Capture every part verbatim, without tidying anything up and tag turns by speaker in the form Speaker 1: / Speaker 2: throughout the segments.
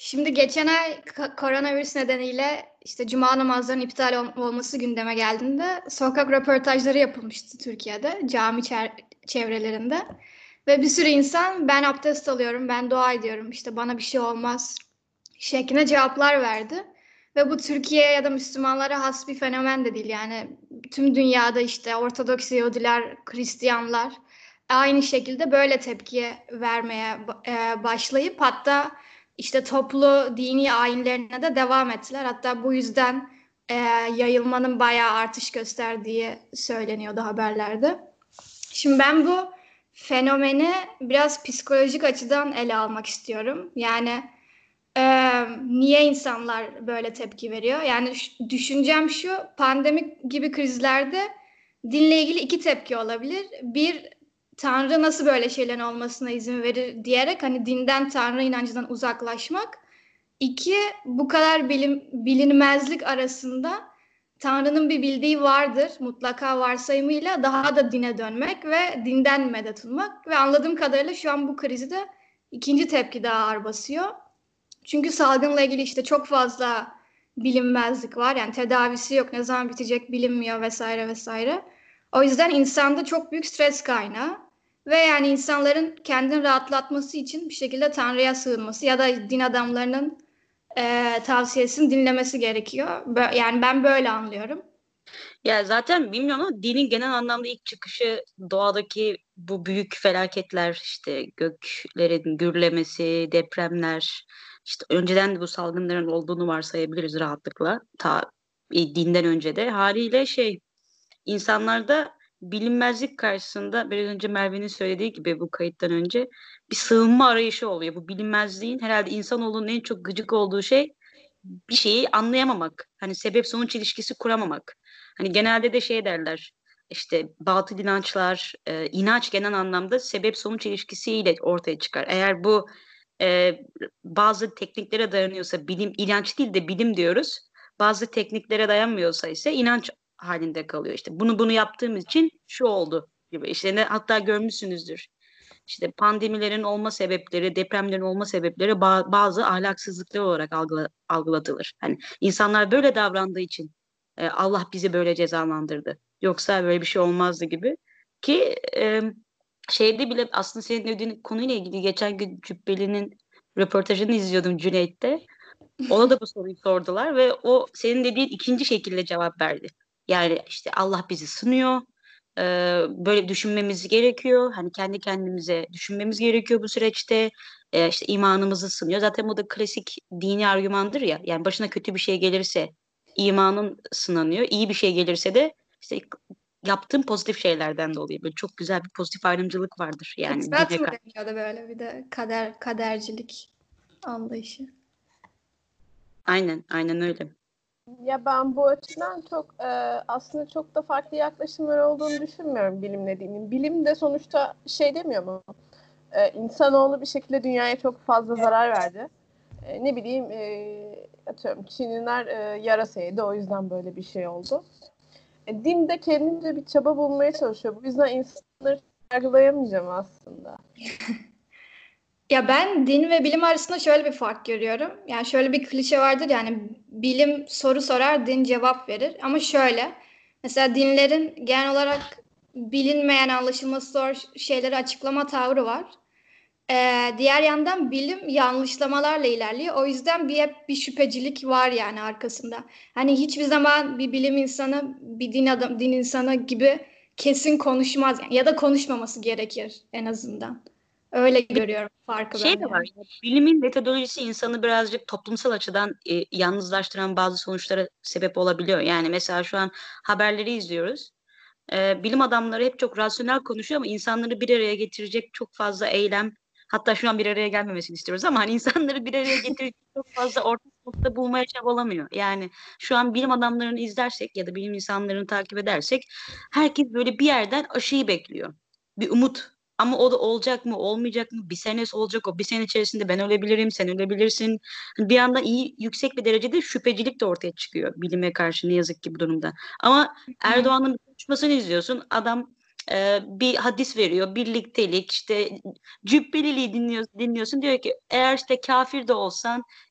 Speaker 1: Şimdi geçen ay ka- koronavirüs nedeniyle işte cuma namazlarının iptal ol- olması gündeme geldiğinde sokak röportajları yapılmıştı Türkiye'de, cami çer- çevrelerinde. Ve bir sürü insan ben abdest alıyorum, ben dua ediyorum, işte bana bir şey olmaz şeklinde cevaplar verdi. Ve bu Türkiye ya da Müslümanlara has bir fenomen de değil. Yani tüm dünyada işte Ortodoks Yahudiler, Hristiyanlar aynı şekilde böyle tepki vermeye e, başlayıp hatta işte toplu dini ayinlerine de devam ettiler. Hatta bu yüzden e, yayılmanın bayağı artış gösterdiği söyleniyordu haberlerde. Şimdi ben bu fenomeni biraz psikolojik açıdan ele almak istiyorum. Yani e, niye insanlar böyle tepki veriyor? Yani şu- düşüncem şu, pandemik gibi krizlerde dinle ilgili iki tepki olabilir. Bir, Tanrı nasıl böyle şeylerin olmasına izin verir diyerek hani dinden, Tanrı inancından uzaklaşmak. İki, bu kadar bilim, bilinmezlik arasında Tanrı'nın bir bildiği vardır mutlaka varsayımıyla daha da dine dönmek ve dinden medet ummak. Ve anladığım kadarıyla şu an bu krizde ikinci tepki daha ağır basıyor. Çünkü salgınla ilgili işte çok fazla bilinmezlik var. Yani tedavisi yok, ne zaman bitecek bilinmiyor vesaire vesaire. O yüzden insanda çok büyük stres kaynağı. Ve yani insanların kendini rahatlatması için bir şekilde Tanrı'ya sığınması ya da din adamlarının e, tavsiyesini dinlemesi gerekiyor. Bö- yani ben böyle anlıyorum.
Speaker 2: Ya zaten bilmiyorum ama dinin genel anlamda ilk çıkışı doğadaki bu büyük felaketler işte göklerin gürlemesi, depremler işte önceden de bu salgınların olduğunu varsayabiliriz rahatlıkla ta e, dinden önce de haliyle şey insanlarda bilinmezlik karşısında biraz önce Merve'nin söylediği gibi bu kayıttan önce bir sığınma arayışı oluyor. Bu bilinmezliğin herhalde insanoğlunun en çok gıcık olduğu şey bir şeyi anlayamamak. Hani sebep sonuç ilişkisi kuramamak. Hani genelde de şey derler işte batıl inançlar, e, inanç genel anlamda sebep sonuç ilişkisiyle ortaya çıkar. Eğer bu e, bazı tekniklere dayanıyorsa bilim, inanç değil de bilim diyoruz. Bazı tekniklere dayanmıyorsa ise inanç halinde kalıyor. İşte bunu bunu yaptığımız için şu oldu gibi. İşte ne, hatta görmüşsünüzdür. İşte pandemilerin olma sebepleri, depremlerin olma sebepleri ba- bazı ahlaksızlıklar olarak algıla- algılatılır. Hani insanlar böyle davrandığı için e, Allah bizi böyle cezalandırdı. Yoksa böyle bir şey olmazdı gibi. Ki e, şeyde bile aslında senin dediğin konuyla ilgili geçen gün Cübbeli'nin röportajını izliyordum Cüneyt'te. Ona da bu soruyu sordular ve o senin dediğin ikinci şekilde cevap verdi. Yani işte Allah bizi sınıyor. Ee, böyle düşünmemiz gerekiyor. Hani kendi kendimize düşünmemiz gerekiyor bu süreçte. Ee, işte imanımızı sınıyor. Zaten bu da klasik dini argümandır ya. Yani başına kötü bir şey gelirse imanın sınanıyor. İyi bir şey gelirse de işte yaptığın pozitif şeylerden dolayı. Böyle çok güzel bir pozitif ayrımcılık vardır yani
Speaker 1: Fıtrat
Speaker 2: dine
Speaker 1: mı
Speaker 2: karşı.
Speaker 1: deniyordu böyle bir de kader kadercilik anlayışı.
Speaker 2: Aynen, aynen öyle.
Speaker 3: Ya ben bu açıdan çok e, aslında çok da farklı yaklaşımlar olduğunu düşünmüyorum bilimle dinin. Bilim de sonuçta şey demiyor mu? E, insanoğlu bir şekilde dünyaya çok fazla zarar verdi. E, ne bileyim e, atıyorum Çinliler e, yarasa yedi, o yüzden böyle bir şey oldu. E, din de kendince bir çaba bulmaya çalışıyor. Bu yüzden insanları yargılayamayacağım aslında.
Speaker 1: Ya ben din ve bilim arasında şöyle bir fark görüyorum. Yani şöyle bir klişe vardır, yani bilim soru sorar, din cevap verir. Ama şöyle, mesela dinlerin genel olarak bilinmeyen, anlaşılması zor şeyleri açıklama tavrı var. Ee, diğer yandan bilim yanlışlamalarla ilerliyor. O yüzden bir hep bir şüphecilik var yani arkasında. Hani hiçbir zaman bir bilim insanı, bir din adam, din insanı gibi kesin konuşmaz yani. Ya da konuşmaması gerekir en azından. Öyle görüyorum farkı
Speaker 2: Şey
Speaker 1: ben
Speaker 2: de var.
Speaker 1: yani.
Speaker 2: Ya, bilimin metodolojisi insanı birazcık toplumsal açıdan e, yalnızlaştıran bazı sonuçlara sebep olabiliyor. Yani mesela şu an haberleri izliyoruz. E, bilim adamları hep çok rasyonel konuşuyor ama insanları bir araya getirecek çok fazla eylem, hatta şu an bir araya gelmemesini istiyoruz ama hani insanları bir araya getirecek çok fazla ortak nokta bulmaya çabalamıyor. Yani şu an bilim adamlarını izlersek ya da bilim insanlarını takip edersek herkes böyle bir yerden aşıyı bekliyor. Bir umut. Ama o da olacak mı, olmayacak mı? Bir senesi olacak o. Bir sene içerisinde ben ölebilirim, sen ölebilirsin. Hani bir yandan iyi, yüksek bir derecede şüphecilik de ortaya çıkıyor bilime karşı ne yazık ki bu durumda. Ama
Speaker 1: Hı.
Speaker 2: Erdoğan'ın bir konuşmasını izliyorsun. Adam e, bir hadis veriyor. Birliktelik, işte Cübbeliliği dinliyor, dinliyorsun. Diyor ki eğer işte kafir de olsan,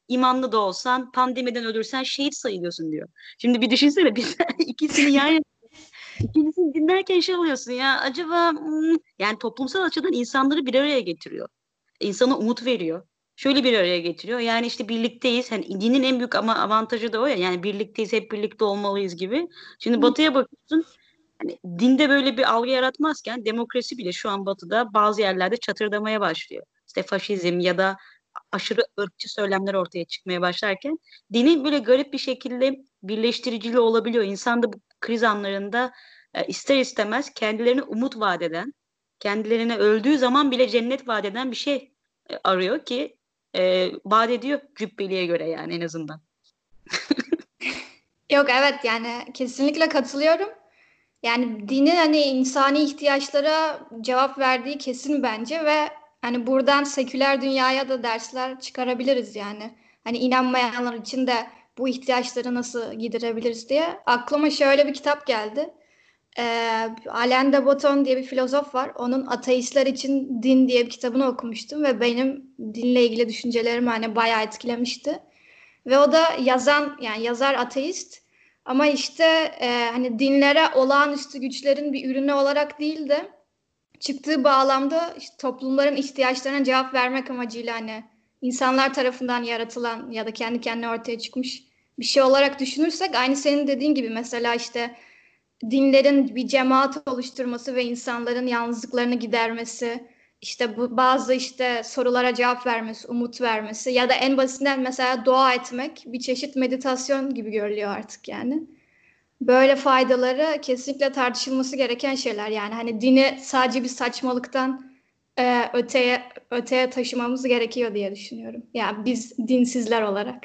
Speaker 2: imanlı da olsan pandemiden ölürsen şehit sayılıyorsun diyor. Şimdi bir düşünsene biz ikisini yan yana ikincisini dinlerken şey oluyorsun ya acaba hmm, yani toplumsal açıdan insanları bir araya getiriyor. İnsana umut veriyor. Şöyle bir araya getiriyor. Yani işte birlikteyiz. Hani dinin en büyük ama avantajı da o ya. Yani birlikteyiz, hep birlikte olmalıyız gibi. Şimdi Batı'ya bakıyorsun. Hani dinde böyle bir algı yaratmazken demokrasi bile şu an Batı'da bazı yerlerde çatırdamaya başlıyor. İşte faşizm ya da aşırı ırkçı söylemler ortaya çıkmaya başlarken dinin böyle garip bir şekilde birleştiriciliği olabiliyor. İnsan da bu kriz anlarında e, ister istemez kendilerine umut vaat eden, kendilerine öldüğü zaman bile cennet vaat eden bir şey e, arıyor ki e, vaat ediyor Cübbeli'ye göre yani en azından.
Speaker 1: Yok, evet, yani kesinlikle katılıyorum. Yani dinin hani insani ihtiyaçlara cevap verdiği kesin bence ve hani buradan seküler dünyaya da dersler çıkarabiliriz yani. Hani inanmayanlar için de bu ihtiyaçları nasıl giderebiliriz diye. Aklıma şöyle bir kitap geldi. Ee, Alain de Botton diye bir filozof var. Onun Ateistler için Din diye bir kitabını okumuştum ve benim dinle ilgili düşüncelerimi hani bayağı etkilemişti. Ve o da yazan, yani yazar ateist ama işte e, hani dinlere olağanüstü güçlerin bir ürünü olarak değil de çıktığı bağlamda işte toplumların ihtiyaçlarına cevap vermek amacıyla hani insanlar tarafından yaratılan ya da kendi kendine ortaya çıkmış bir şey olarak düşünürsek aynı senin dediğin gibi mesela işte dinlerin bir cemaat oluşturması ve insanların yalnızlıklarını gidermesi, işte bu bazı işte sorulara cevap vermesi, umut vermesi ya da en basitinden mesela dua etmek bir çeşit meditasyon gibi görülüyor artık yani. Böyle faydaları kesinlikle tartışılması gereken şeyler. Yani hani dini sadece bir saçmalıktan e, öteye öteye taşımamız gerekiyor diye düşünüyorum. Yani biz dinsizler olarak.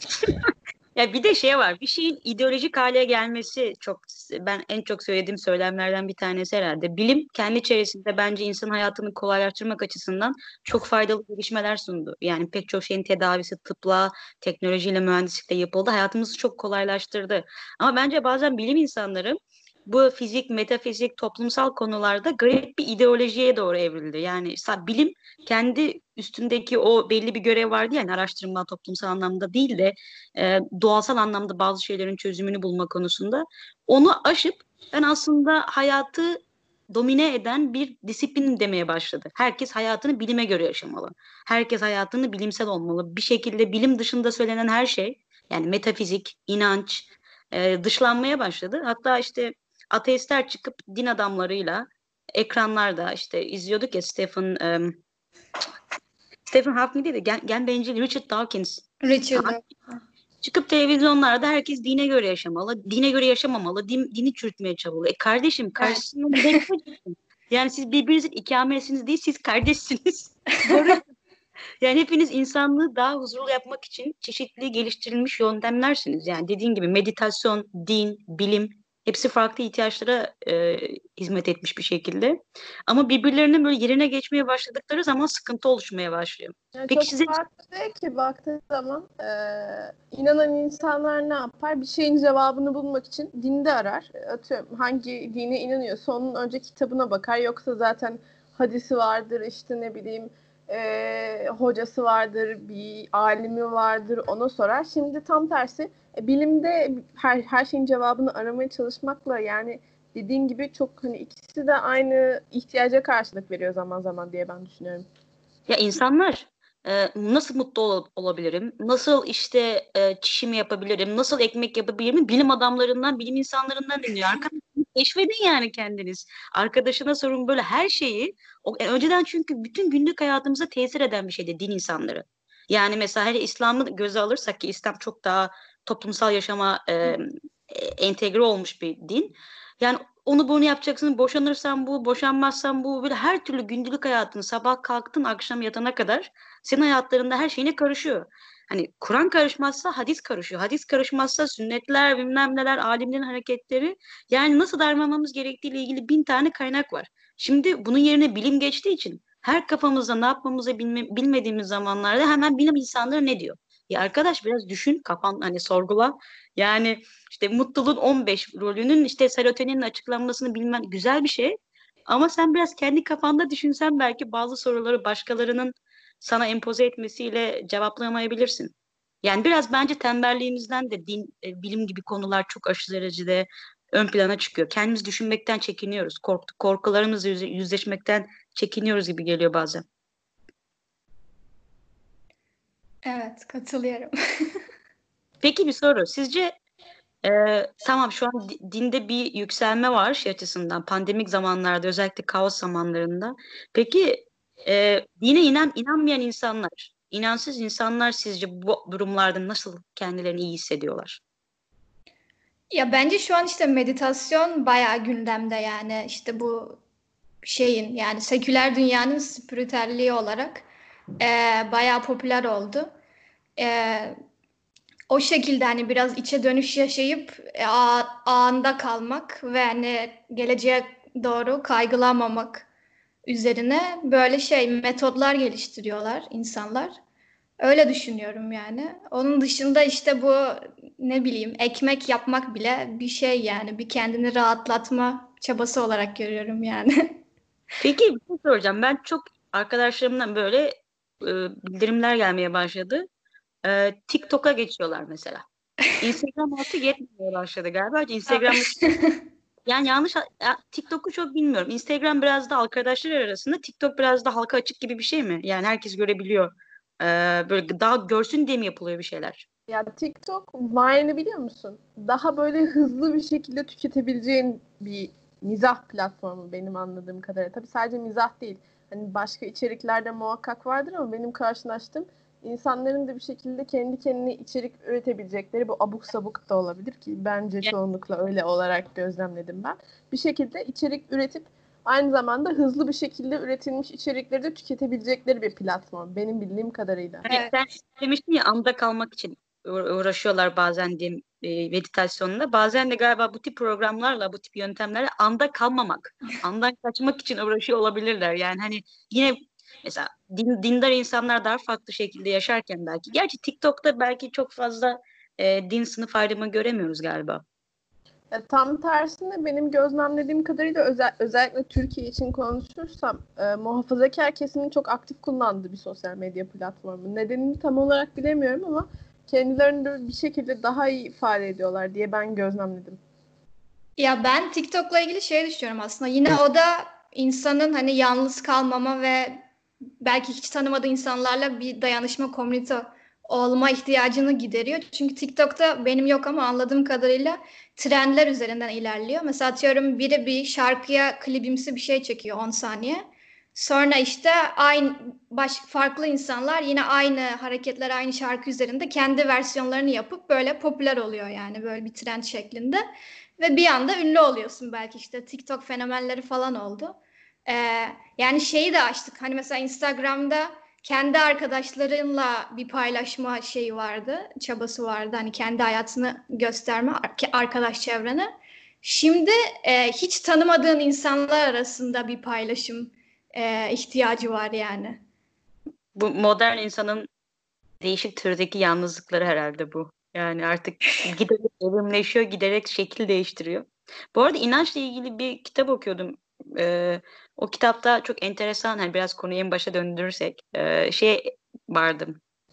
Speaker 2: Ya bir de şey var, bir şeyin ideolojik hale gelmesi çok, ben en çok söylediğim söylemlerden bir tanesi herhalde. Bilim kendi içerisinde bence insan hayatını kolaylaştırmak açısından çok faydalı gelişmeler sundu. Yani pek çok şeyin tedavisi tıpla, teknolojiyle, mühendislikle yapıldı. Hayatımızı çok kolaylaştırdı. Ama bence bazen bilim insanları bu fizik, metafizik, toplumsal konularda garip bir ideolojiye doğru evrildi. Yani sa- bilim kendi üstündeki o belli bir görev vardı, yani araştırma toplumsal anlamda değil de e, doğasal anlamda bazı şeylerin çözümünü bulma konusunda onu aşıp ben aslında hayatı domine eden bir disiplin demeye başladı. Herkes hayatını bilime göre yaşamalı. Herkes hayatını bilimsel olmalı. Bir şekilde bilim dışında söylenen her şey, yani metafizik, inanç e, dışlanmaya başladı. Hatta işte ateistler çıkıp din adamlarıyla ekranlarda işte izliyorduk ya, Stephen e, Stephen Hawking değil de gen, gen bencil Richard Dawkins.
Speaker 1: Richard.
Speaker 2: Çıkıp televizyonlarda herkes dine göre yaşamalı, dine göre yaşamamalı, din, dini çürütmeye çabalıyor. E kardeşim,
Speaker 1: Evet.
Speaker 2: karşısında bir bekliyorsun. Yani siz birbirinizin ikamesiniz değil, siz kardeşsiniz. Barış. Yani hepiniz insanlığı daha huzurlu yapmak için çeşitli geliştirilmiş yöntemlersiniz. Yani dediğin gibi meditasyon, din, bilim hepsi farklı ihtiyaçlara e, hizmet etmiş bir şekilde. Ama birbirlerinin böyle yerine geçmeye başladıkları zaman sıkıntı oluşmaya başlıyor.
Speaker 3: Yani
Speaker 2: Peki
Speaker 3: çok
Speaker 2: size
Speaker 3: farklı değil ki baktığın zaman e, inanan insanlar ne yapar? Bir şeyin cevabını bulmak için dinde arar. Atıyorum hangi dine inanıyorsa onun önce kitabına bakar. Yoksa zaten hadisi vardır, işte ne bileyim e, hocası vardır, bir alimi vardır, ona sorar. Şimdi tam tersi e, bilimde her, her şeyin cevabını aramaya çalışmakla yani dediğin gibi çok hani ikisi de aynı ihtiyaca karşılık veriyor zaman zaman diye ben düşünüyorum.
Speaker 2: Ya insanlar e, nasıl mutlu ol- olabilirim? Nasıl işte e, çişimi yapabilirim? Nasıl ekmek yapabilirim? Bilim adamlarından, bilim insanlarından dinliyor. Arkadaşlar keşfedin yani kendiniz. Arkadaşına sorun, böyle her şeyi. O, e, önceden çünkü bütün günlük hayatımıza tesir eden bir şeydi din insanları. Yani mesela hele İslam'ı göze alırsak ki İslam çok daha toplumsal yaşama e, e, entegre olmuş bir din. Yani onu bunu yapacaksın, boşanırsan bu, boşanmazsan bu, böyle her türlü günlük hayatın sabah kalktın akşam yatana kadar senin hayatlarında her şeyine karışıyor. Hani Kur'an karışmazsa hadis karışıyor. Hadis karışmazsa sünnetler, bilmem neler, alimlerin hareketleri. Yani nasıl davranmamız gerektiğiyle ilgili bin tane kaynak var. Şimdi bunun yerine bilim geçtiği için her kafamızda ne yapmamızı bilme- bilmediğimiz zamanlarda hemen bilim insanları ne diyor? Ya arkadaş biraz düşün, kafan hani sorgula. Yani işte mutluluğun on beş rolünün işte serotoninin açıklanmasını bilmen güzel bir şey. Ama sen biraz kendi kafanda düşünsen belki bazı soruları başkalarının sana empoze etmesiyle cevaplayamayabilirsin. Yani biraz bence tembelliğimizden de din, e, bilim gibi konular çok aşırı derecede ön plana çıkıyor. Kendimiz düşünmekten çekiniyoruz. Korktuk, korkularımızla yüze- yüzleşmekten çekiniyoruz gibi geliyor bazen.
Speaker 1: Evet, katılıyorum.
Speaker 2: Peki bir soru. Sizce e, tamam şu an di- dinde bir yükselme var şey açısından pandemik zamanlarda özellikle kaos zamanlarında. Peki e, dine inan inanmayan insanlar, inansız insanlar sizce bu durumlarda nasıl kendilerini iyi hissediyorlar?
Speaker 1: Ya bence şu an işte meditasyon bayağı gündemde, yani işte bu şeyin, yani seküler dünyanın spiritüelliği olarak eee bayağı popüler oldu. Eee, O şekilde hani biraz içe dönüş yaşayıp e, a- anında kalmak ve hani geleceğe doğru kaygılanmamak üzerine böyle şey metotlar geliştiriyorlar insanlar. Öyle düşünüyorum yani. Onun dışında işte bu, ne bileyim, ekmek yapmak bile bir şey, yani bir kendini rahatlatma çabası olarak görüyorum yani.
Speaker 2: Peki bir şey soracağım. Ben çok arkadaşlarımdan böyle e, bildirimler gelmeye başladı. E, TikTok'a geçiyorlar mesela. Instagram artık yetmemeye başladı galiba. Instagram'da yani yanlış ya, TikTok'u çok bilmiyorum. Instagram biraz da arkadaşlar arasında, TikTok biraz da halka açık gibi bir şey mi? Yani herkes görebiliyor. E, böyle daha görsün diye mi yapılıyor bir şeyler?
Speaker 3: Ya TikTok Vine'ı biliyor musun? Daha böyle hızlı bir şekilde tüketebileceğin bir mizah platformu benim anladığım kadarıyla. Tabii sadece mizah değil. Hani başka içeriklerde muhakkak vardır ama benim karşılaştığım insanların da bir şekilde kendi kendine içerik üretebilecekleri, bu abuk sabuk da olabilir ki bence çoğunlukla öyle olarak gözlemledim ben. Bir şekilde içerik üretip aynı zamanda hızlı bir şekilde üretilmiş içerikleri de tüketebilecekleri bir platform benim bildiğim kadarıyla.
Speaker 2: Hani
Speaker 1: Evet.
Speaker 2: sen demiştin ya anda kalmak için uğra- uğraşıyorlar bazen diyeyim e, meditasyonda. Bazen de galiba bu tip programlarla, bu tip yöntemlerle anda kalmamak, andan kaçmak için uğraşıyor olabilirler. Yani hani yine mesela din, dindar insanlar daha farklı şekilde yaşarken belki. Gerçi TikTok'ta belki çok fazla e, din sınıf ayrımı göremiyoruz galiba.
Speaker 3: Ya tam tersine benim gözlemlediğim kadarıyla özel, özellikle Türkiye için konuşursam e, muhafazakar kesimin çok aktif kullandığı bir sosyal medya platformu. Nedenini tam olarak bilemiyorum ama kendilerini de bir şekilde daha iyi ifade ediyorlar diye ben gözlemledim.
Speaker 1: Ya ben TikTok'la ilgili şey düşünüyorum aslında. Yine o da insanın hani yalnız kalmama ve belki hiç tanımadığı insanlarla bir dayanışma, komünite olma ihtiyacını gideriyor. Çünkü TikTok'ta benim yok ama anladığım kadarıyla trendler üzerinden ilerliyor. Mesela atıyorum biri bir şarkıya klibimsi bir şey çekiyor on saniye. Sonra işte aynı baş, farklı insanlar yine aynı hareketler, aynı şarkı üzerinde kendi versiyonlarını yapıp böyle popüler oluyor, yani böyle bir trend şeklinde. Ve bir anda ünlü oluyorsun, belki işte TikTok fenomenleri falan oldu. Ee, Yani şeyi de açtık. Hani mesela Instagram'da kendi arkadaşlarınla bir paylaşma şeyi vardı, çabası vardı. Hani kendi hayatını gösterme, arkadaş çevrene. Şimdi e, hiç tanımadığın insanlar arasında bir paylaşım e, ihtiyacı var yani.
Speaker 2: Bu modern insanın değişik türdeki yalnızlıkları herhalde bu. Yani artık giderek evrimleşiyor, giderek şekil değiştiriyor. Bu arada inançla ilgili bir kitap okuyordum. Ee, O kitapta çok enteresan, hani biraz konuyu en başa döndürürsek ee, şey vardı.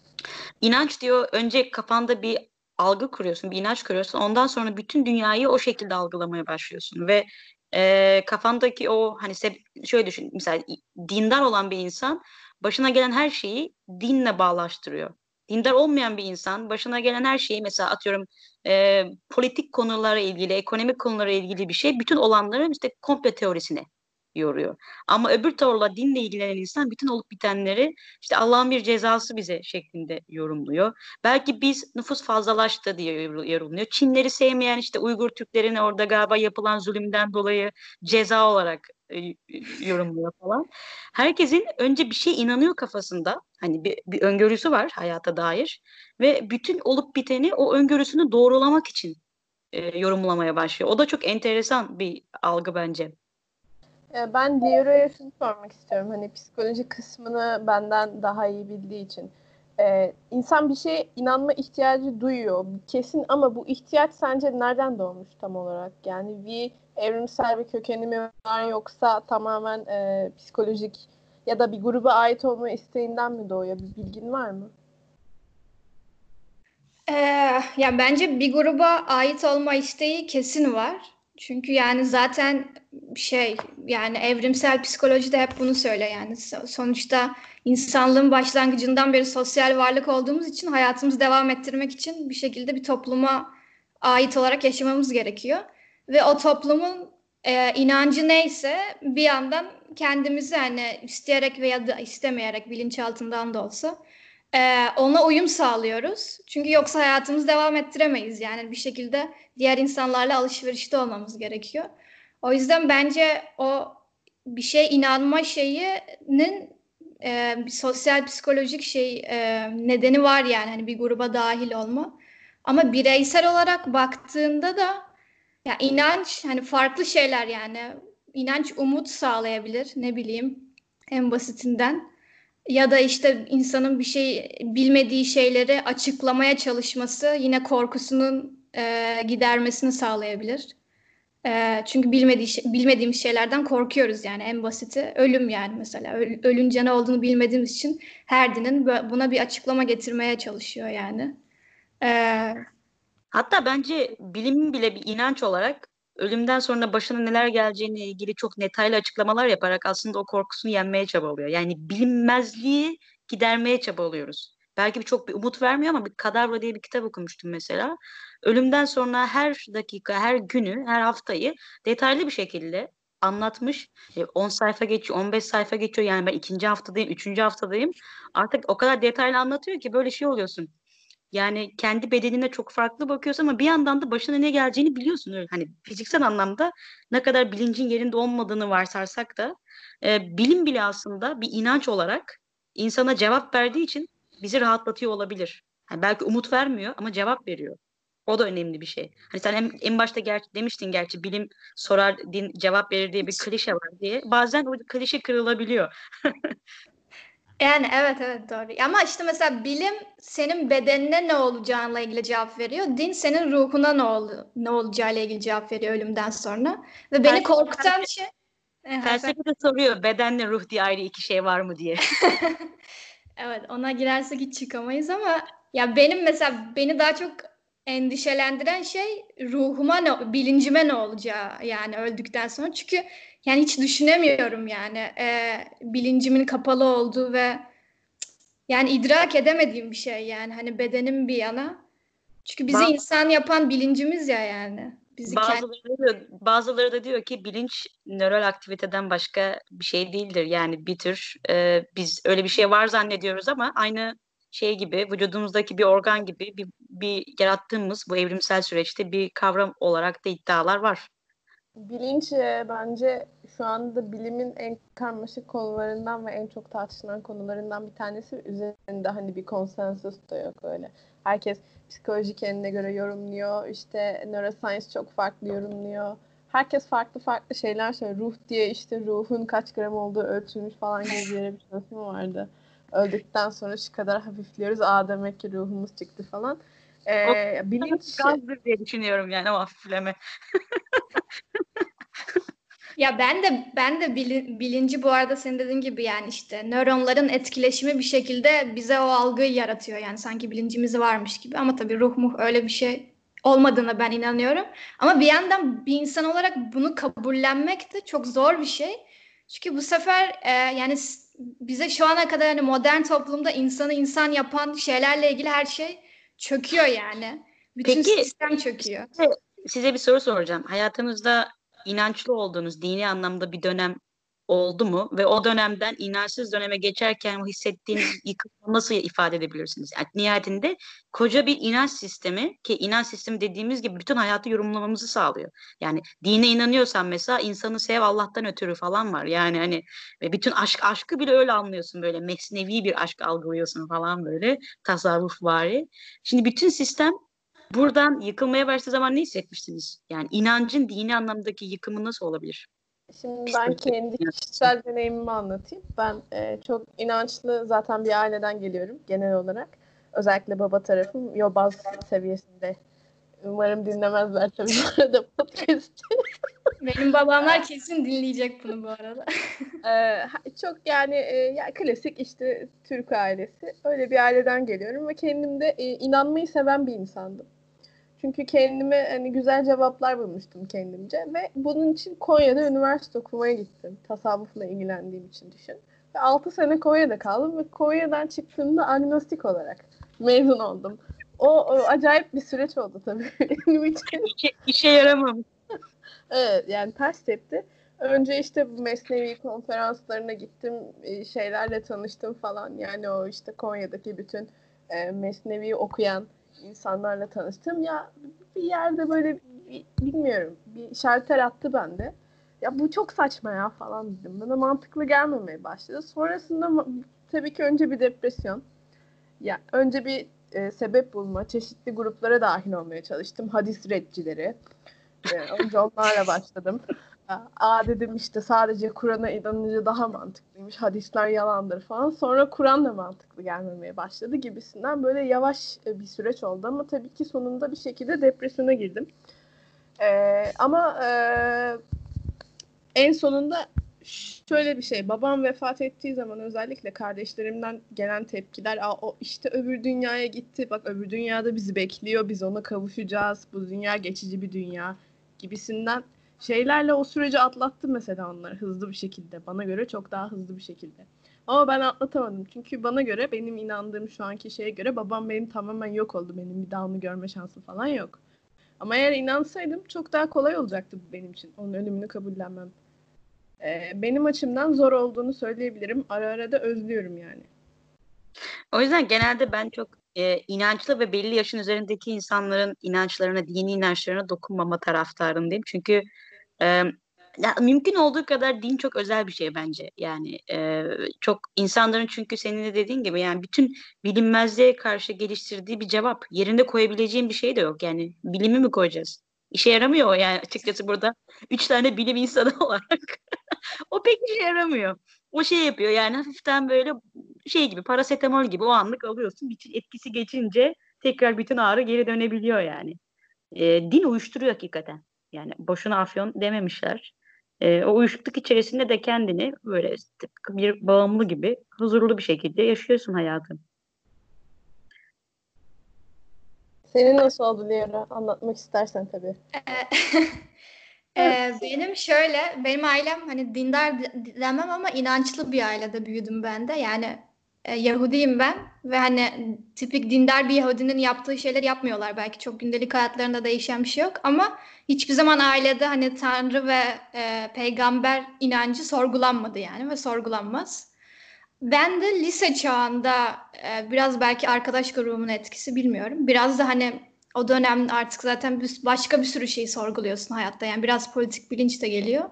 Speaker 2: İnanç diyor, önce kafanda bir algı kuruyorsun, bir inanç kuruyorsun. Ondan sonra bütün dünyayı o şekilde algılamaya başlıyorsun ve ee, kafandaki o hani seb- şöyle düşün, mesela dindar olan bir insan başına gelen her şeyi dinle bağlaştırıyor. Dindar olmayan bir insan başına gelen her şeyi, mesela atıyorum e, politik konulara ilgili, ekonomik konulara ilgili bir şey, bütün olanları işte komplo teorisine yoruyor. Ama öbür torla dinle ilgilenen insan bütün olup bitenleri işte Allah'ın bir cezası bize şeklinde yorumluyor. Belki biz nüfus fazlalaştı diye yorumluyor. Çinleri sevmeyen işte Uygur Türklerine orada galiba yapılan zulümden dolayı ceza olarak e, yorumluyor falan. Herkesin önce bir şey inanıyor kafasında. Hani bir, bir öngörüsü var hayata dair ve bütün olup biteni o öngörüsünü doğrulamak için e, yorumlamaya başlıyor. O da çok enteresan bir algı bence.
Speaker 3: E, Ben Leroy'a şunu sormak istiyorum. Hani psikoloji kısmını benden daha iyi bildiği için. E, insan bir şeye inanma ihtiyacı duyuyor. Kesin ama bu ihtiyaç sence nereden doğmuş tam olarak? Yani bir evrimsel bir kökeni mi var yoksa tamamen e, psikolojik ya da bir gruba ait olma isteğinden mi doğuyor? Bir bilgin var mı?
Speaker 1: Ee, ya bence bir gruba ait olma isteği kesin var. Çünkü yani zaten şey yani evrimsel psikoloji de hep bunu söyle yani So- sonuçta insanlığın başlangıcından beri sosyal varlık olduğumuz için hayatımızı devam ettirmek için bir şekilde bir topluma ait olarak yaşamamız gerekiyor. Ve o toplumun e, inancı neyse bir yandan kendimizi hani isteyerek veya da istemeyerek bilinçaltından da olsa ee, ona uyum sağlıyoruz. Çünkü yoksa hayatımızı devam ettiremeyiz. Yani bir şekilde diğer insanlarla alışverişte olmamız gerekiyor. O yüzden bence o bir şey inanma şeyinin e, bir sosyal psikolojik şey e, nedeni var yani hani bir gruba dahil olma. Ama bireysel olarak baktığında da ya inanç hani farklı şeyler yani inanç umut sağlayabilir ne bileyim en basitinden. Ya da işte insanın bir şey bilmediği şeyleri açıklamaya çalışması yine korkusunun e, gidermesini sağlayabilir. E, çünkü bilmediği şey- bilmediğimiz şeylerden korkuyoruz yani en basiti ölüm yani mesela Öl- ölünce ne olduğunu bilmediğimiz için her dinin bö- buna bir açıklama getirmeye çalışıyor yani. E,
Speaker 2: Hatta bence bilimin bile bir inanç olarak ölümden sonra başına neler geleceğine ilgili çok detaylı açıklamalar yaparak aslında o korkusunu yenmeye çabalıyor. Yani bilinmezliği gidermeye çabalıyoruz. Belki bir çok bir umut vermiyor ama bir Kadavra diye bir kitap okumuştum mesela. Ölümden sonra her dakika, her günü, her haftayı detaylı bir şekilde anlatmış. E, on sayfa geçiyor, on beş sayfa geçiyor. Yani ben ikinci haftadayım, üçüncü haftadayım. Artık o kadar detaylı anlatıyor ki böyle şey oluyorsun. Yani kendi bedenine çok farklı bakıyorsun ama bir yandan da başına ne geleceğini biliyorsun. Öyle. Hani fiziksel anlamda ne kadar bilincin yerinde olmadığını varsayarsak da e, bilim bile aslında bir inanç olarak insana cevap verdiği için bizi rahatlatıyor olabilir. Hani belki umut vermiyor ama cevap veriyor. O da önemli bir şey. Hani sen en, en başta ger demiştin gerçi bilim sorar din cevap verir diye bir klişe var diye. Bazen o klişe kırılabiliyor.
Speaker 1: Yani evet evet doğru. Ama işte mesela bilim senin bedenine ne olacağınla ilgili cevap veriyor. Din senin ruhuna ne ol ne olacağıyla ilgili cevap veriyor ölümden sonra. Ve beni korkutan şey Eh, efendim.
Speaker 2: Felsefe de soruyor bedenle ruh diye ayrı iki şey var mı diye.
Speaker 1: Evet ona girersek hiç çıkamayız ama ya benim mesela beni daha çok endişelendiren şey ruhuma ne, bilincime ne olacağı yani öldükten sonra. Çünkü yani hiç düşünemiyorum yani e, bilincimin kapalı olduğu ve yani idrak edemediğim bir şey yani hani bedenim bir yana. Çünkü bizi
Speaker 2: Bazı
Speaker 1: insan yapan bilincimiz ya yani. Bizi kendi
Speaker 2: Bazıları da diyor, bazıları da diyor ki bilinç nöral aktiviteden başka bir şey değildir. Yani bir tür e, biz öyle bir şey var zannediyoruz ama aynı şey gibi vücudumuzdaki bir organ gibi bir, bir yarattığımız bu evrimsel süreçte bir kavram olarak da iddialar var.
Speaker 3: Bilinç e, bence şu anda bilimin en karmaşık konularından ve en çok tartışılan konularından bir tanesi. Üzerinde hani bir konsensus da yok öyle. Herkes psikoloji kendine göre yorumluyor. İşte neuroscience çok farklı yorumluyor. Herkes farklı farklı şeyler söylüyor. Ruh diye işte ruhun kaç gram olduğu ölçülmüş falan gibi bir yere bir çalışma vardı. Öldükten sonra şu kadar hafifliyoruz. Aa demek ki ruhumuz çıktı falan.
Speaker 2: O
Speaker 3: Ee, bilinç
Speaker 2: gazdır diye düşünüyorum yani o hafifleme.
Speaker 1: ya ben de ben de bili- bilinci bu arada senin dediğin gibi yani işte nöronların etkileşimi bir şekilde bize o algıyı yaratıyor yani sanki bilincimiz varmış gibi ama tabii ruh muh öyle bir şey olmadığına ben inanıyorum. Ama bir yandan bir insan olarak bunu kabullenmek de çok zor bir şey. Çünkü bu sefer e, yani s- bize şu ana kadar hani modern toplumda insanı insan yapan şeylerle ilgili her şey çöküyor yani. Bütün
Speaker 2: Peki
Speaker 1: sistem çöküyor.
Speaker 2: size, size bir soru soracağım. Hayatınızda inançlı olduğunuz dini anlamda bir dönem oldu mu? Ve o dönemden inançsız döneme geçerken o hissettiğiniz yıkımı nasıl ifade edebilirsiniz? Yani nihayetinde koca bir inanç sistemi ki inanç sistemi dediğimiz gibi bütün hayatı yorumlamamızı sağlıyor. Yani dine inanıyorsan mesela insanı sev Allah'tan ötürü falan var. Yani hani ve bütün aşk aşkı bile öyle anlıyorsun böyle mesnevi bir aşk algılıyorsun falan böyle tasavvuf vari. Şimdi bütün sistem buradan yıkılmaya başladığı zaman ne hissetmiştiniz? Yani inancın dini anlamdaki yıkımı nasıl olabilir?
Speaker 3: Şimdi ben
Speaker 2: Psikolojik
Speaker 3: kendi
Speaker 2: inanç için.
Speaker 3: kişisel deneyimimi anlatayım. Ben e, çok inançlı zaten bir aileden geliyorum genel olarak. Özellikle baba tarafım yobaz seviyesinde. Umarım dinlemezler tabii bu arada podcast'i.
Speaker 1: Benim babamlar kesin dinleyecek bunu bu arada.
Speaker 3: Ee, çok yani e, ya klasik işte Türk ailesi. Öyle bir aileden geliyorum ve kendim de e, inanmayı seven bir insandım. Çünkü kendime hani güzel cevaplar bulmuştum kendimce ve bunun için Konya'da üniversite okumaya gittim. Tasavvufla ilgilendiğim için düşün. Ve altı sene Konya'da kaldım ve Konya'dan çıktığımda agnostik olarak mezun oldum. O, o acayip bir süreç oldu tabii benim için.
Speaker 2: İşe, işe yaramamış.
Speaker 3: Evet, yani ters tepti. Önce işte bu Mesnevi konferanslarına gittim, e, şeylerle tanıştım falan. Yani o işte Konya'daki bütün e, Mesnevi okuyan insanlarla tanıştım. Ya bir yerde böyle bir- bilmiyorum bir şalter attı bende. Ya bu çok saçma ya falan dedim. Bana mantıklı gelmemeye başladı. Sonrasında ma- tabii ki önce bir depresyon. Ya önce bir e, sebep bulma, çeşitli gruplara dahil olmaya çalıştım. Hadis redcileri. Ee, önce onlarla başladım. Aa dedim işte sadece Kur'an'a inanınca daha mantıklıymış. Hadisler yalandır falan. Sonra Kur'an da mantıklı gelmemeye başladı gibisinden böyle yavaş bir süreç oldu ama tabii ki sonunda bir şekilde depresyona girdim. Ee, ama e, en sonunda şöyle bir şey. Babam vefat ettiği zaman özellikle kardeşlerimden gelen tepkiler, Aa, o işte öbür dünyaya gitti. Bak öbür dünyada bizi bekliyor. Biz ona kavuşacağız. Bu dünya geçici bir dünya gibisinden şeylerle o süreci atlattım mesela onlar hızlı bir şekilde. Bana göre çok daha hızlı bir şekilde. Ama ben atlatamadım. Çünkü bana göre benim inandığım şu anki şeye göre babam benim tamamen yok oldu. Benim bir daha onu görme şansım falan yok. Ama eğer inansaydım çok daha kolay olacaktı bu benim için. Onun ölümünü kabullenmem. Ee, benim açımdan zor olduğunu söyleyebilirim. Ara ara da özlüyorum yani.
Speaker 2: O yüzden genelde ben çok e, inançlı ve belli yaşın üzerindeki insanların inançlarına, dini inançlarına dokunmama taraftarındayım. Çünkü e, ya, mümkün olduğu kadar din çok özel bir şey bence. Yani e, çok insanların çünkü senin de dediğin gibi yani bütün bilinmezliğe karşı geliştirdiği bir cevap. Yerinde koyabileceğim bir şey de yok. Yani bilimi mi koyacağız? İşe yaramıyor o yani açıkçası burada üç tane bilim insanı olarak. O pek işe yaramıyor. O şey yapıyor yani hafiften böyle şey gibi parasetamol gibi o anlık alıyorsun. Bütün etkisi geçince tekrar bütün ağrı geri dönebiliyor yani. E, din uyuşturuyor hakikaten. Yani boşuna afyon dememişler. E, o uyuşukluk içerisinde de kendini böyle tıpkı bir bağımlı gibi huzurlu bir şekilde yaşıyorsun hayatın.
Speaker 3: Senin nasıl oldu Liara? Anlatmak istersen tabii.
Speaker 1: Ee, benim şöyle, benim ailem hani dindar de- demem ama inançlı bir ailede büyüdüm ben de. Yani e, Yahudiyim ben ve hani tipik dindar bir Yahudinin yaptığı şeyler yapmıyorlar. Belki çok gündelik hayatlarında değişen bir şey yok ama hiçbir zaman ailede hani Tanrı ve e, peygamber inancı sorgulanmadı yani ve sorgulanmaz. Ben de lise çağında e, biraz belki arkadaş grubumun etkisi bilmiyorum. Biraz da hani o dönem artık zaten bir, başka bir sürü şeyi sorguluyorsun hayatta. Yani biraz politik bilinç de geliyor.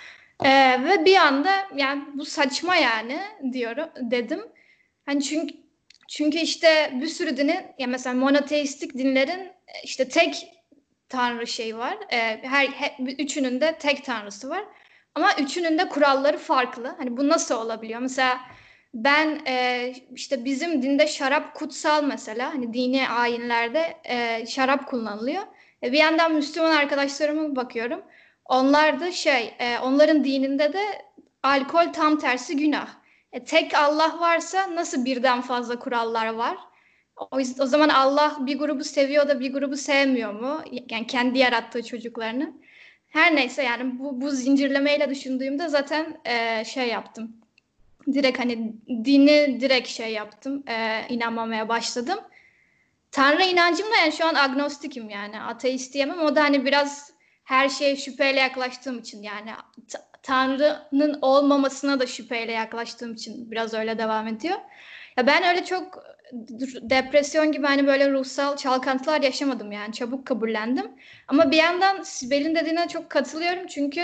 Speaker 1: E, ve bir anda yani bu saçma yani diyorum dedim. Hani çünkü çünkü işte bir sürü dinin ya mesela monoteistik dinlerin e, işte tek tanrı şey var. E, her, her üçünün de tek tanrısı var. Ama üçünün de kuralları farklı. Hani bu nasıl olabiliyor? Mesela ben e, işte bizim dinde şarap kutsal mesela. Hani dini ayinlerde e, şarap kullanılıyor. E, bir yandan Müslüman arkadaşlarıma bakıyorum. Onlar da şey, e, onların dininde de alkol tam tersi günah. E, tek Allah varsa nasıl birden fazla kurallar var? O, o zaman Allah bir grubu seviyor da bir grubu sevmiyor mu? Yani kendi yarattığı çocuklarını. Her neyse yani bu, bu zincirlemeyle düşündüğümde zaten e, şey yaptım. Direkt hani dini direkt şey yaptım. E, inanmamaya başladım. Tanrı inancım da yani şu an agnostikim yani. Ateist diyemem. O da hani biraz her şeye şüpheyle yaklaştığım için yani t- Tanrı'nın olmamasına da şüpheyle yaklaştığım için biraz öyle devam ediyor. Ya ben öyle çok depresyon gibi hani böyle ruhsal çalkantılar yaşamadım yani çabuk kabullendim. Ama bir yandan Sibel'in dediğine çok katılıyorum çünkü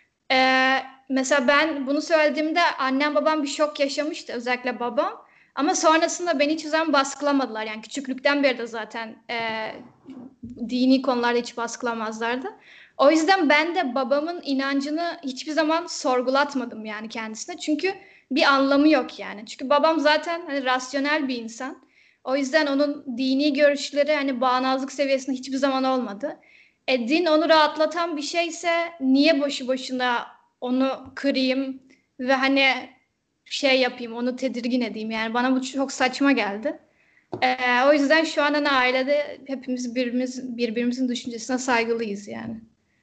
Speaker 1: e, mesela ben bunu söylediğimde annem babam bir şok yaşamıştı özellikle babam. Ama sonrasında beni hiçbir zaman baskılamadılar. Yani küçüklükten beri de zaten e, dini konularda hiç baskılamazlardı. O yüzden ben de babamın inancını hiçbir zaman sorgulatmadım yani kendisine. Çünkü bir anlamı yok yani. Çünkü babam zaten hani rasyonel bir insan. O yüzden onun dini görüşleri hani bağnazlık seviyesinde hiçbir zaman olmadı. E, din onu rahatlatan bir şeyse niye boşu boşuna onu kırayım ve hani şey yapayım, onu tedirgin edeyim. Yani bana bu çok saçma geldi. E, o yüzden şu an hani ailede hepimiz birbirimiz, birbirimizin düşüncesine saygılıyız yani.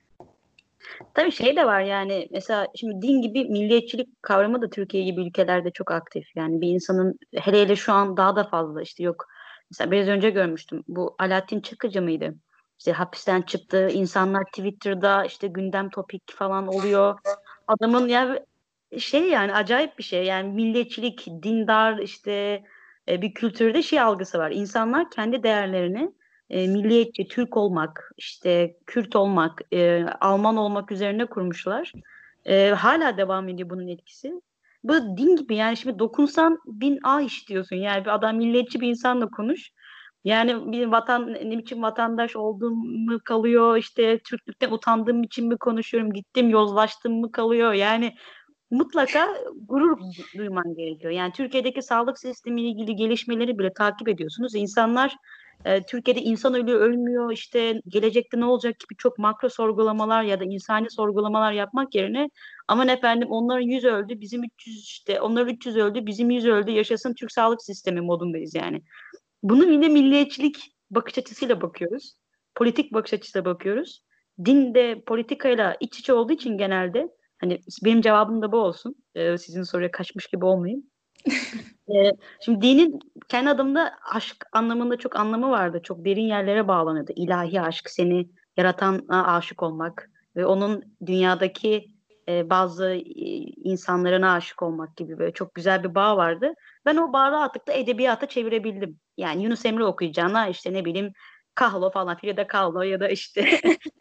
Speaker 2: Tabii şey de var yani mesela şimdi din gibi milliyetçilik kavramı da Türkiye gibi ülkelerde çok aktif. Yani bir insanın hele hele şu an daha da fazla işte yok. Mesela biraz önce görmüştüm. Bu Alaaddin Çakıcı mıydı? İşte hapisten çıktı. İnsanlar Twitter'da işte gündem topik falan oluyor. Adamın ya şey yani acayip bir şey. Yani milliyetçilik, dindar işte e, bir kültürde şey algısı var. İnsanlar kendi değerlerini e, milliyetçi, Türk olmak, işte Kürt olmak, e, Alman olmak üzerine kurmuşlar. E, hala devam ediyor bunun etkisi. Bu din gibi yani şimdi dokunsan bin ah işitiyorsun. Yani bir adam milliyetçi bir insanla konuş. Yani bir vatan ne biçim vatandaş olduğum mu kalıyor, işte Türklükten utandığım için mi konuşuyorum, gittim yozlaştım mı kalıyor. Yani mutlaka gurur duyman gerekiyor. Yani Türkiye'deki sağlık sistemiyle ilgili gelişmeleri bile takip ediyorsunuz. İnsanlar e, Türkiye'de insan ölüyor, ölmüyor, işte gelecekte ne olacak gibi çok makro sorgulamalar ya da insani sorgulamalar yapmak yerine aman efendim onların yüz öldü, bizim üç yüz işte onların üç yüz öldü, bizim yüz öldü, yaşasın Türk sağlık sistemi modundayız yani. Bunu yine milliyetçilik bakış açısıyla bakıyoruz. Politik bakış açısıyla bakıyoruz. Din de politikayla iç içe olduğu için genelde hani benim cevabım da bu olsun. Ee, sizin soruya kaçmış gibi olmayayım. Ee, Şimdi dinin kendi adımda aşk anlamında çok anlamı vardı. Çok derin yerlere bağlanıyordu. İlahi aşk, seni yaratana aşık olmak ve onun dünyadaki e, bazı e, insanlarına aşık olmak gibi böyle çok güzel bir bağ vardı. Ben o bağı rahatlıkla edebiyata çevirebildim. Yani Yunus Emre okuyacağına işte ne bileyim Kahlo falan, Frida Kahlo ya da işte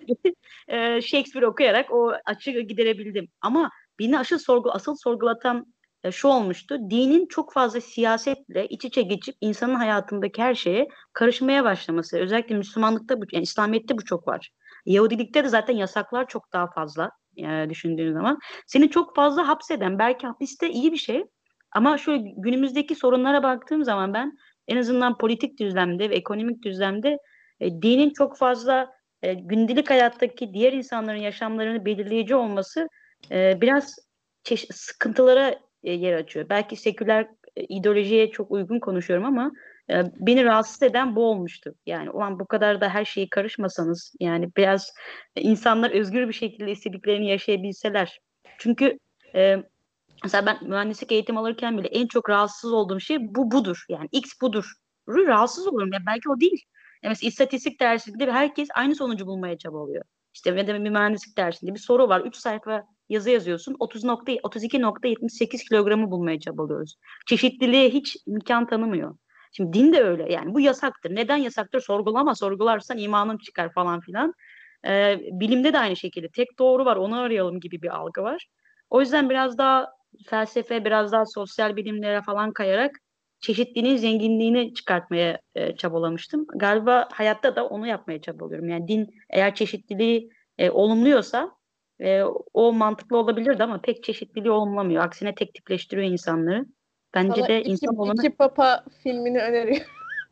Speaker 2: e, Shakespeare okuyarak o açığı giderebildim. Ama beni asıl sorgu asıl sorgulatan e, şu olmuştu. Dinin çok fazla siyasetle iç içe geçip insanın hayatındaki her şeye karışmaya başlaması. Özellikle Müslümanlıkta bu, yani İslamiyet'te bu çok var. Yahudilikte de zaten yasaklar çok daha fazla e, düşündüğün zaman. Seni çok fazla hapseden, belki hapiste iyi bir şey ama şöyle günümüzdeki sorunlara baktığım zaman ben en azından politik düzlemde ve ekonomik düzlemde e, dinin çok fazla e, gündelik hayattaki diğer insanların yaşamlarını belirleyici olması e, biraz çeşit sıkıntılara e, yer açıyor. Belki seküler e, ideolojiye çok uygun konuşuyorum ama e, beni rahatsız eden bu olmuştu. Yani ulan bu kadar da her şeyi karışmasanız yani biraz e, insanlar özgür bir şekilde istediklerini yaşayabilseler. Çünkü e, mesela ben mühendislik eğitim alırken bile en çok rahatsız olduğum şey bu budur. Yani X budur. Rahatsız oluyorum. Ya belki o değil. Ya mesela istatistik dersinde herkes aynı sonucu bulmaya çabalıyor. İşte ya da bir mühendislik dersinde bir soru var. Üç sayfa yazı yazıyorsun. otuz nokta otuz iki nokta yetmiş sekiz kilogramı bulmaya çabalıyoruz. Çeşitliliğe hiç imkan tanımıyor. Şimdi din de öyle. Yani bu yasaktır. Neden yasaktır? Sorgulama. Sorgularsan imanın çıkar falan filan. Ee, bilimde de aynı şekilde. Tek doğru var, onu arayalım gibi bir algı var. O yüzden biraz daha felsefe, biraz daha sosyal bilimlere falan kayarak çeşitliliğin zenginliğini çıkartmaya e, çabalamıştım. Galiba hayatta da onu yapmaya çabalıyorum. Yani din eğer çeşitliliği e, olumluyorsa e, o mantıklı olabilirdi ama pek çeşitliliği olumlamıyor. Aksine tek tipleştiriyor insanları. Bence
Speaker 3: Sana
Speaker 2: de
Speaker 3: iki,
Speaker 2: insan olanı
Speaker 3: iki Papa filmini öneriyorum.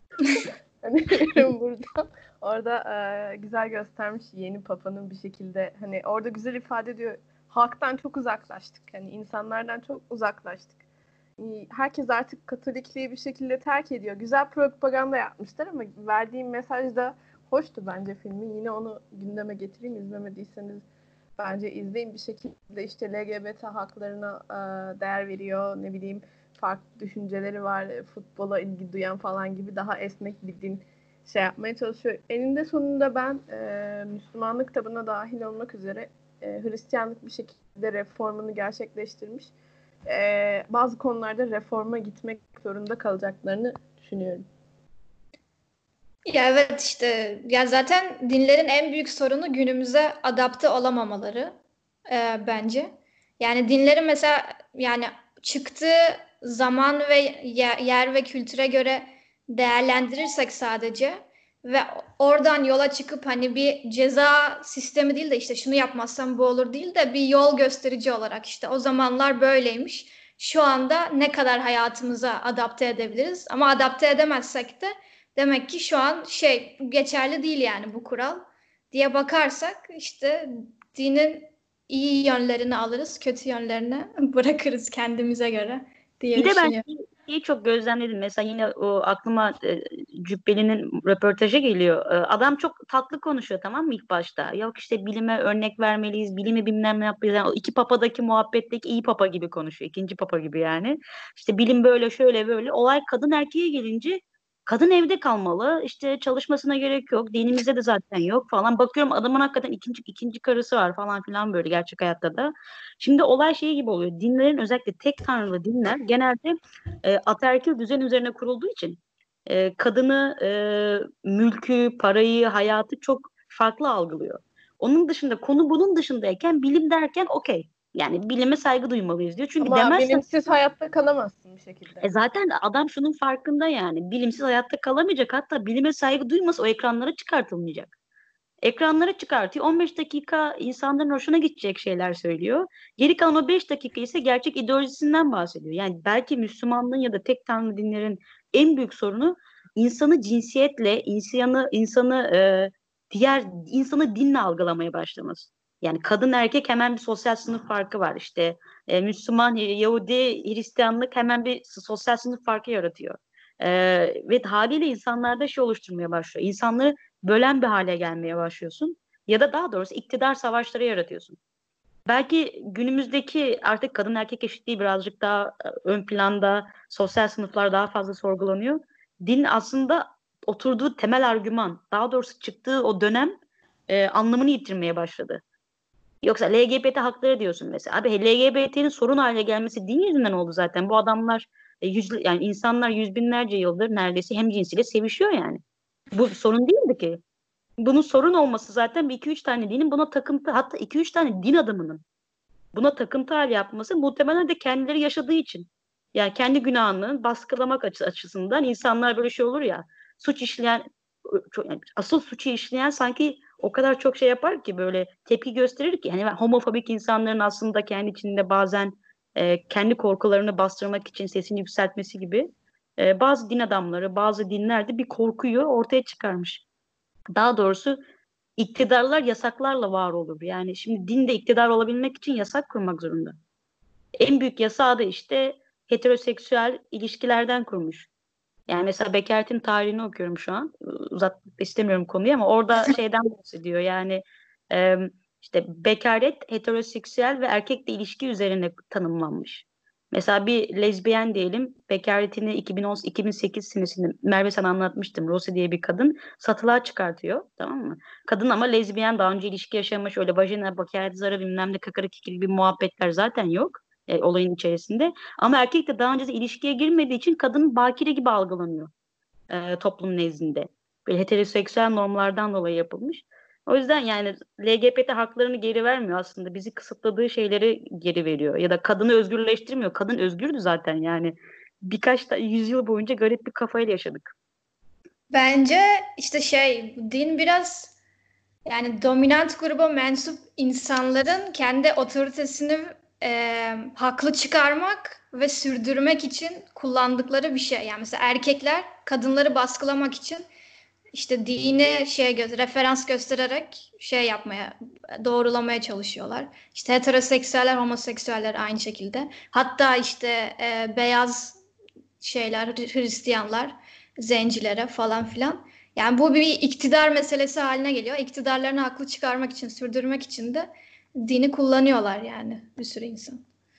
Speaker 3: Öneriyorum burada. Orada e, güzel göstermiş yeni Papa'nın bir şekilde hani orada güzel ifade ediyor. Halktan çok uzaklaştık. Hani insanlardan çok uzaklaştık. E, Herkes artık Katolikliği bir şekilde terk ediyor. Güzel propaganda yapmışlar ama verdiğim mesaj da hoştu bence filmi. Yine onu gündeme getireyim. İzlemediyseniz bence izleyin bir şekilde işte L G B T haklarına e, değer veriyor. Ne bileyim farklı düşünceleri var. Futbola ilgi duyan falan gibi daha esnek bir din şey yapmaya çalışıyor. Eninde sonunda ben e, Müslümanlık tabına dahil olmak üzere e, Hristiyanlık bir şekilde reformunu gerçekleştirmiş. E, bazı konularda reforma gitmek zorunda kalacaklarını düşünüyorum.
Speaker 1: Ya evet işte ya zaten dinlerin en büyük sorunu günümüze adapte olamamaları e, bence. Yani dinlerin mesela yani çıktığı zaman ve ye- yer ve kültüre göre değerlendirirsek sadece ve oradan yola çıkıp hani bir ceza sistemi değil de işte şunu yapmazsam bu olur değil de bir yol gösterici olarak işte o zamanlar böyleymiş. Şu anda ne kadar hayatımıza adapte edebiliriz ama adapte edemezsek de demek ki şu an şey geçerli değil yani bu kural. diye bakarsak işte dinin iyi yönlerini alırız, kötü yönlerini bırakırız kendimize göre diye
Speaker 2: Bir de ben
Speaker 1: düşünüyorum.
Speaker 2: şeyi şeyi çok gözlemledim. Mesela yine o aklıma e, Cübbeli'nin röportajı geliyor. E, adam çok tatlı konuşuyor, tamam mı, ilk başta? Yok işte bilime örnek vermeliyiz, bilimi bilmem ne yapmalıyız. Yani o iki papadaki muhabbetteki iyi papa gibi konuşuyor. İkinci papa gibi yani. İşte bilim böyle şöyle böyle. Olay kadın erkeğe gelince kadın evde kalmalı. İşte çalışmasına gerek yok. Dinimizde de zaten yok falan. Bakıyorum adamın hakikaten ikinci ikinci karısı var falan filan böyle gerçek hayatta da. Şimdi olay şey gibi oluyor. Dinlerin, özellikle tek tanrılı dinler genelde e, ataerkil düzen üzerine kurulduğu için e, kadını, e, mülkü, parayı, hayatı çok farklı algılıyor. Onun dışında, konu bunun dışındayken bilim derken okey. Yani bilime saygı duymalıyız diyor. Çünkü
Speaker 3: Ama
Speaker 2: demezsen
Speaker 3: bilimsiz hayatta kalamazsın bir şekilde.
Speaker 2: e zaten adam şunun farkında yani. Bilimsiz hayatta kalamayacak. Hatta bilime saygı duymasa o ekranlara çıkartılmayacak. Ekranlara çıkartıyor. on beş dakika insanların hoşuna gidecek şeyler söylüyor. Geri kalan o beş dakika ise gerçek ideolojisinden bahsediyor. Yani belki Müslümanlığın ya da tek tanrı dinlerin en büyük sorunu insanı cinsiyetle, insanı insanı e, diğer insanı dinle algılamaya başlaması. Yani kadın erkek hemen bir sosyal sınıf farkı var. İşte e, Müslüman, Yahudi, Hristiyanlık hemen bir sosyal sınıf farkı yaratıyor. E, ve haliyle insanlarda şey oluşturmaya başlıyor. İnsanları bölen bir hale gelmeye başlıyorsun. Ya da daha doğrusu iktidar savaşları yaratıyorsun. Belki günümüzdeki artık kadın erkek eşitliği birazcık daha e, ön planda, sosyal sınıflar daha fazla sorgulanıyor. Din aslında oturduğu temel argüman, daha doğrusu çıktığı o dönem e, anlamını yitirmeye başladı. Yoksa L G B T hakları diyorsun mesela. Abi L G B T'nin sorun haline gelmesi din yüzünden oldu zaten. Bu adamlar e, yüz, yani insanlar yüz binlerce yıldır neredeyse hemcinsiyle sevişiyor yani. Bu bir sorun değildi ki. Bunun sorun olması zaten bir iki üç tane dinin buna takıntı, hatta iki üç tane din adamının buna takıntı hali yapması muhtemelen de kendileri yaşadığı için. Yani kendi günahını baskılamak açı- açısından insanlar böyle şey olur ya, suç işleyen çok- yani asıl suçu işleyen sanki o kadar çok şey yapar ki, böyle tepki gösterir ki, hani homofobik insanların aslında kendi içinde bazen e, kendi korkularını bastırmak için sesini yükseltmesi gibi e, bazı din adamları, bazı dinler de bir korkuyu ortaya çıkarmış. Daha doğrusu iktidarlar yasaklarla var olur. Yani şimdi din de iktidar olabilmek için yasak kurmak zorunda. En büyük yasağı da işte heteroseksüel ilişkilerden kurmuş. Yani mesela Beckhart'in tarihini okuyorum şu an. Uzatmak da istemiyorum konuyu ama orada şeyden bahsediyor. Yani e, işte bekaret heteroseksüel ve erkekle ilişki üzerine tanımlanmış. Mesela bir lezbiyen diyelim, bekaretini iki bin on iki bin sekiz senesinde Merve sana anlatmıştım. Rose diye bir kadın satılığa çıkartıyor, tamam mı? Kadın ama lezbiyen, daha önce ilişki yaşamış, öyle vajina, bekaret zarı bilmem ne kakara kikiri bir muhabbetler zaten yok e, olayın içerisinde. Ama erkek de daha önce de ilişkiye girmediği için kadın bakire gibi algılanıyor e, toplum nezdinde. Böyle heteroseksüel normlardan dolayı yapılmış. O yüzden yani L G B T haklarını geri vermiyor aslında. Bizi kısıtladığı şeyleri geri veriyor. Ya da kadını özgürleştirmiyor. Kadın özgürdü zaten yani. Birkaç da yüzyıl boyunca garip bir kafayla yaşadık.
Speaker 1: Bence işte şey, din biraz yani dominant gruba mensup insanların kendi otoritesini e, haklı çıkarmak ve sürdürmek için kullandıkları bir şey. Yani mesela erkekler kadınları baskılamak için işte dini şey gö- referans göstererek şey yapmaya, doğrulamaya çalışıyorlar. İşte heteroseksüeller, homoseksüeller aynı şekilde. Hatta işte e, beyaz şeyler, Hristiyanlar, zencilere falan filan. Yani bu bir iktidar meselesi haline geliyor. İktidarlarını haklı çıkarmak için, sürdürmek için de dini kullanıyorlar yani bir sürü insan.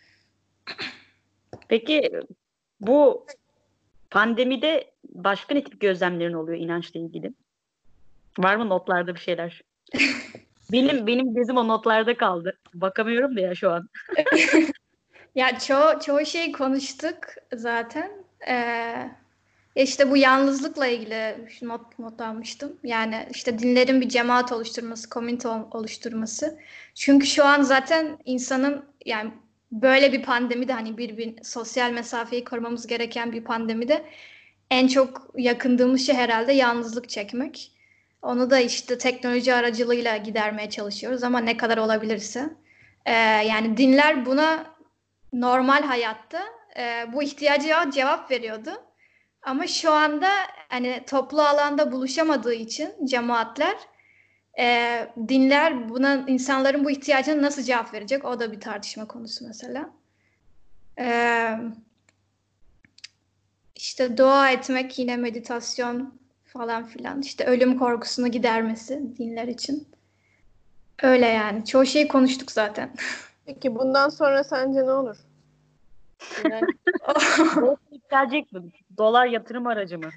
Speaker 2: Peki bu pandemide başka ne tip gözlemlerin oluyor inançla ilgili? Var mı notlarda bir şeyler? Benim benim gözüm o notlarda kaldı. Bakamıyorum da ya şu an.
Speaker 1: Ya çoğu çoğu şey konuştuk zaten. Ee, işte bu yalnızlıkla ilgili şu not, not almıştım. Yani işte dinlerin bir cemaat oluşturması, komünite ol- oluşturması. Çünkü şu an zaten insanın yani böyle bir pandemide hani bir, bir sosyal mesafeyi korumamız gereken bir pandemide en çok yakındığımız şey herhalde yalnızlık çekmek. Onu da işte teknoloji aracılığıyla gidermeye çalışıyoruz ama ne kadar olabilirse. Ee, yani dinler buna normal hayatta e, bu ihtiyaca cevap veriyordu. Ama şu anda hani toplu alanda buluşamadığı için cemaatler Ee, dinler buna, insanların bu ihtiyacına nasıl cevap verecek? O da bir tartışma konusu mesela. Ee, işte dua etmek, yine meditasyon falan filan. İşte ölüm korkusunu gidermesi dinler için. Öyle yani. Çoğu şeyi konuştuk zaten.
Speaker 3: Peki bundan sonra sence ne olur? İnanç.
Speaker 2: Borsa yükselecek mi? Dolar yatırım aracı mı?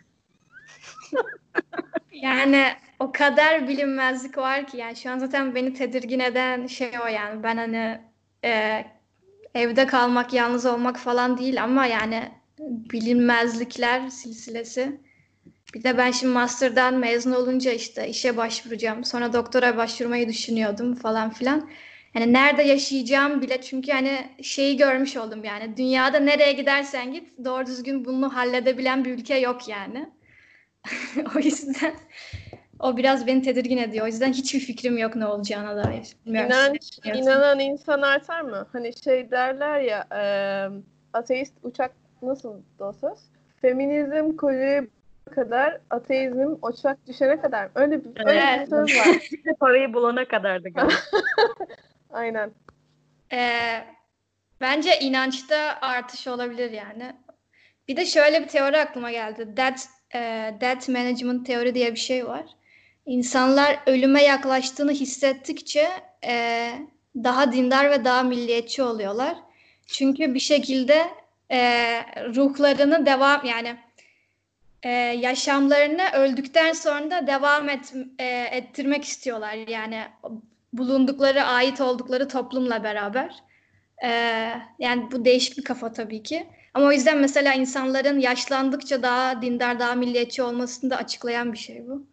Speaker 1: Yani o kadar bilinmezlik var ki, yani şu an zaten beni tedirgin eden şey o yani. Ben hani e, evde kalmak, yalnız olmak falan değil ama yani bilinmezlikler silsilesi. Bir de ben şimdi master'dan mezun olunca işte işe başvuracağım. Sonra doktora başvurmayı düşünüyordum falan filan. Yani nerede yaşayacağım bile, çünkü hani şeyi görmüş oldum yani. Dünyada nereye gidersen git doğru düzgün bunu halledebilen bir ülke yok yani. O yüzden o biraz beni tedirgin ediyor. O yüzden hiçbir fikrim yok ne olacağına dair. Bilmiyorum, siz ne
Speaker 3: İnanç,
Speaker 1: düşünüyorsunuz?
Speaker 3: inanan insan artar mı? Hani şey derler ya, e, ateist uçak nasıl o söz? Feminizm kuleye kadar, ateizm uçak düşene kadar. Öyle bir, öyle bir
Speaker 1: Evet.
Speaker 3: söz var.
Speaker 2: Parayı bulana kadardı galiba.
Speaker 3: Aynen.
Speaker 1: Ee, bence inançta artış olabilir yani. Bir de şöyle bir teori aklıma geldi. Death, e, death management teori diye bir şey var. İnsanlar ölüme yaklaştığını hissettikçe e, daha dindar ve daha milliyetçi oluyorlar. Çünkü bir şekilde e, ruhlarını devam, yani e, yaşamlarını öldükten sonra da devam et, e, ettirmek istiyorlar. Yani bulundukları, ait oldukları toplumla beraber. E, yani bu değişik bir kafa tabii ki. Ama o yüzden mesela insanların yaşlandıkça daha dindar, daha milliyetçi olmasını da açıklayan bir şey bu.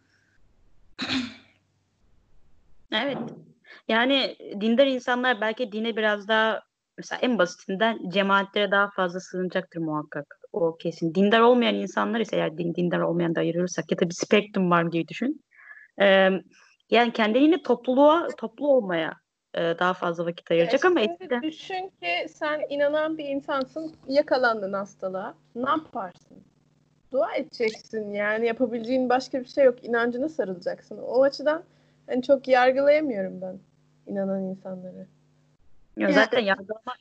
Speaker 2: Evet. Yani dindar insanlar belki dine biraz daha, mesela en basitinden cemaatlere daha fazla sığınacaktır muhakkak. O kesin. Dindar olmayan insanlar ise, eğer din, dindar olmayan da ayırırsak, ya da bir spektrum var gibi düşün. Ee, yani kendini topluluğa, toplu olmaya e, daha fazla vakit
Speaker 3: Ya
Speaker 2: ayıracak ama
Speaker 3: şimdi
Speaker 2: eskiden
Speaker 3: düşün ki sen inanan bir insansın, yakalandın hastalığa. Ne yaparsın? Dua edeceksin, yani yapabileceğin başka bir şey yok. İnancına sarılacaksın. O açıdan hani çok yargılayamıyorum ben inanan insanları.
Speaker 2: ya
Speaker 1: Yani,
Speaker 2: zaten yargılama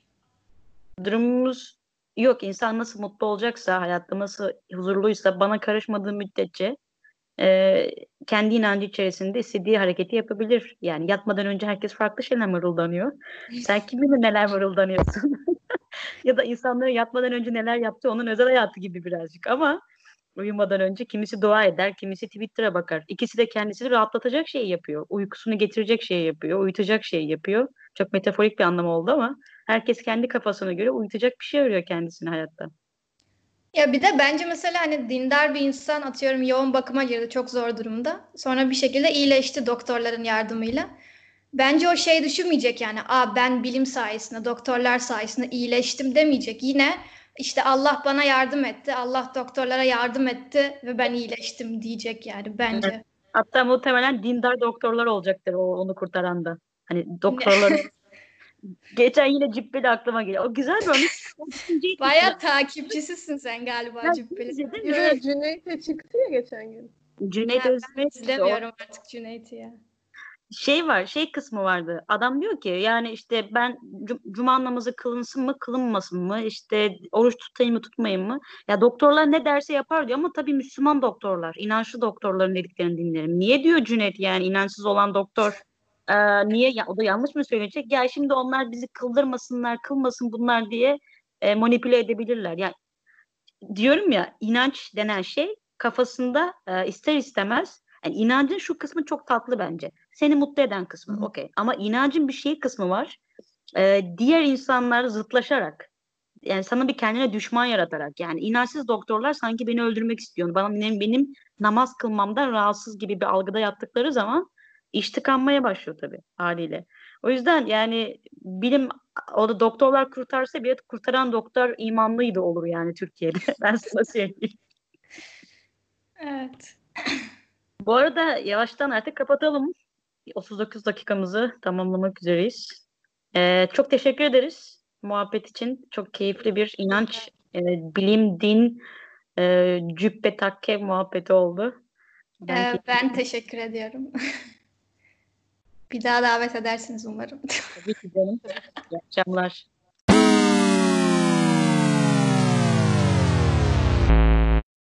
Speaker 2: durumumuz yok. İnsan nasıl mutlu olacaksa, hayatta nasıl huzurluysa, bana karışmadığı müddetçe e, kendi inancı içerisinde istediği hareketi yapabilir. Yani yatmadan önce herkes farklı şeyler mırıldanıyor. Sen kim bilir neler mırıldanıyorsun? Ya da insanların yatmadan önce neler yaptığı onun özel hayatı gibi birazcık, ama uyumadan önce kimisi dua eder, kimisi Twitter'a bakar. İkisi de kendisini rahatlatacak şeyi yapıyor. Uykusunu getirecek şeyi yapıyor, uyutacak şeyi yapıyor. Çok metaforik bir anlam oldu ama herkes kendi kafasına göre uyutacak bir şey arıyor kendisini hayatta.
Speaker 1: ya bir de bence mesela hani dindar bir insan, atıyorum, yoğun bakıma girdi çok zor durumda. Sonra bir şekilde iyileşti doktorların yardımıyla. Bence o şey düşünmeyecek yani. Aa, ben bilim sayesinde, doktorlar sayesinde iyileştim demeyecek. Yine işte Allah bana yardım etti, Allah doktorlara yardım etti ve ben iyileştim diyecek yani
Speaker 2: Evet.
Speaker 1: bence.
Speaker 2: Hatta muhtemelen dindar doktorlar olacaktır o onu kurtaran da. Hani doktorların geçen yine cübbeli aklıma geliyor. O güzel bir örnek. O düşünceyi
Speaker 1: Bayağı
Speaker 2: tutturan.
Speaker 1: takipçisisin sen galiba
Speaker 2: Ya
Speaker 1: Cübbeli.
Speaker 2: sizce değil mi? Evet.
Speaker 3: Yürü, Cüneyt de çıktı ya geçen gün.
Speaker 2: Cüneyt
Speaker 1: Ya ben
Speaker 2: Özdemir de o
Speaker 1: izlemiyorum artık Cüneyt'i ya.
Speaker 2: şey var, şey kısmı vardı. Adam diyor ki, yani işte ben cum- cuma namazı kılınsın mı, kılınmasın mı? İşte oruç tutayım mı, tutmayayım mı? Ya doktorlar ne derse yapar diyor, ama tabii Müslüman doktorlar, inançlı doktorların dediklerini dinlerim. Niye diyor Cüneyt, yani inançsız olan doktor e, niye, ya o da yanlış mı söyleyecek? Ya şimdi onlar bizi kıldırmasınlar, kılmasın bunlar diye e, manipüle edebilirler. Yani diyorum ya, inanç denen şey kafasında e, ister istemez, yani inancın şu kısmı çok tatlı bence. Seni mutlu eden kısmı okey. Ama inancın bir şey kısmı var. E, diğer insanlar zıtlaşarak, yani sana bir kendine düşman yaratarak, yani inançsız doktorlar sanki beni öldürmek istiyor. Bana benim, benim namaz kılmamdan rahatsız gibi bir algıda yaptıkları zaman iş tıkanmaya başlıyor tabii haliyle. O yüzden yani bilim, o da doktorlar kurtarsa bile kurtaran doktor imanlıydı olur yani Türkiye'de. Ben sana söyleyeyim.
Speaker 1: Evet.
Speaker 2: Bu arada yavaştan artık kapatalım. otuz dokuz dakikamızı tamamlamak üzereyiz. Ee, çok teşekkür ederiz muhabbet için. Çok keyifli bir inanç, e, bilim, din, e, cübbe takke muhabbeti oldu. Ben
Speaker 1: Ee,
Speaker 2: keyif
Speaker 1: ben teşekkür ediyorum. Bir daha davet edersiniz umarım.
Speaker 2: Tabii ki canım. İyi akşamlar.